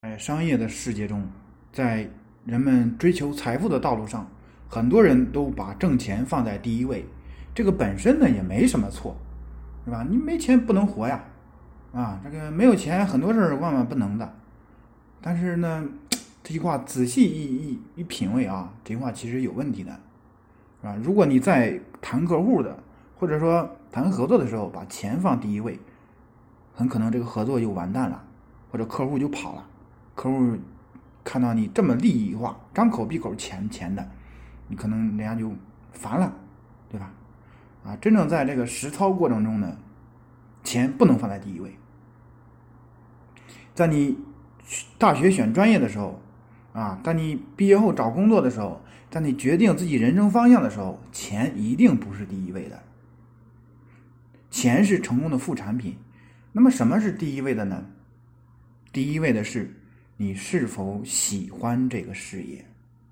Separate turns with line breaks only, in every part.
在商业的世界中，在人们追求财富的道路上，很多人都把挣钱放在第一位。这个本身呢也没什么错，是吧？你没钱不能活呀，这个没有钱很多事儿万万不能的。但是呢，这句话仔细一品味啊，这句话其实有问题的，是吧？如果你在谈客户的，或者说谈合作的时候，把钱放第一位，很可能这个合作就完蛋了，或者客户就跑了。客户看到你这么利益化，张口闭口钱的，你可能人家就烦了，对吧？真正在这个实操过程中呢，钱不能放在第一位。在你大学选专业的时候，在你毕业后找工作的时候，在你决定自己人生方向的时候，钱一定不是第一位的。钱是成功的副产品。那么什么是第一位的呢？第一位的是你是否喜欢这个事业。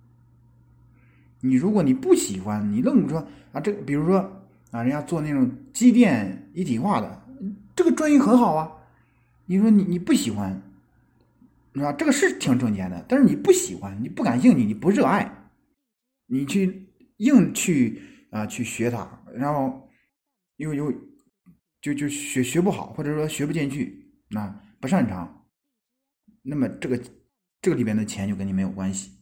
如果你不喜欢，你愣说比如说人家做那种机电一体化的，这个专业很好啊，你说你不喜欢，是吧？这个是挺挣钱的，但是你不喜欢，你不感兴趣，你不热爱，你硬去学它，然后就学不好，或者说学不进去，不擅长，那么这个里边的钱就跟你没有关系。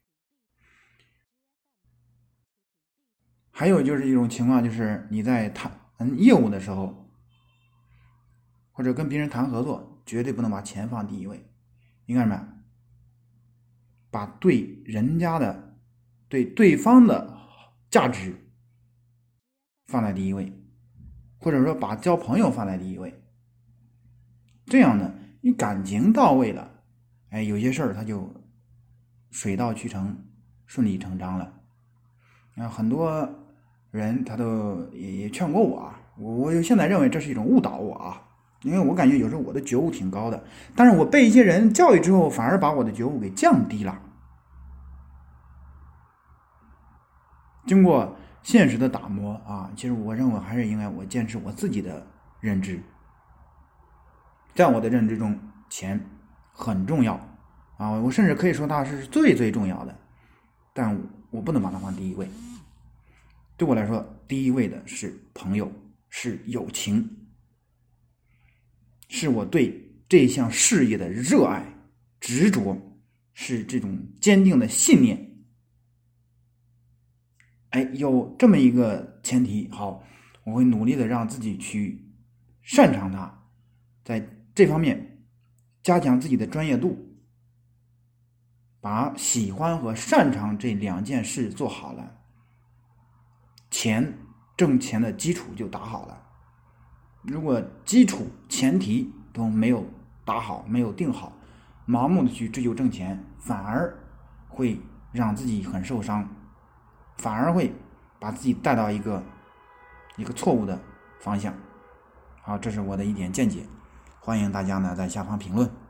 还有就是一种情况，就是你在谈业务的时候，或者跟别人谈合作，绝对不能把钱放第一位。应该什么？把对对方的价值放在第一位，或者说把交朋友放在第一位。这样呢，你感情到位了，有些事儿它就水到渠成，顺理成章了。很多人他都也劝过我现在认为这是一种误导我因为我感觉有时候我的觉悟挺高的，但是我被一些人教育之后，反而把我的觉悟给降低了。经过现实的打磨其实我认为还是应该我坚持我自己的认知。在我的认知中，钱很重要我甚至可以说它是最最重要的，但我不能把它放第一位。对我来说，第一位的是朋友，是友情，是我对这项事业的热爱、执着，是这种坚定的信念。有这么一个前提，好，我会努力的让自己去擅长它，在这方面加强自己的专业度，把喜欢和擅长这两件事做好了，挣钱的基础就打好了。如果基础前提都没有打好，没有定好，盲目的去追求挣钱，反而会让自己很受伤，反而会把自己带到一个错误的方向。好，这是我的一点见解，欢迎大家呢在下方评论。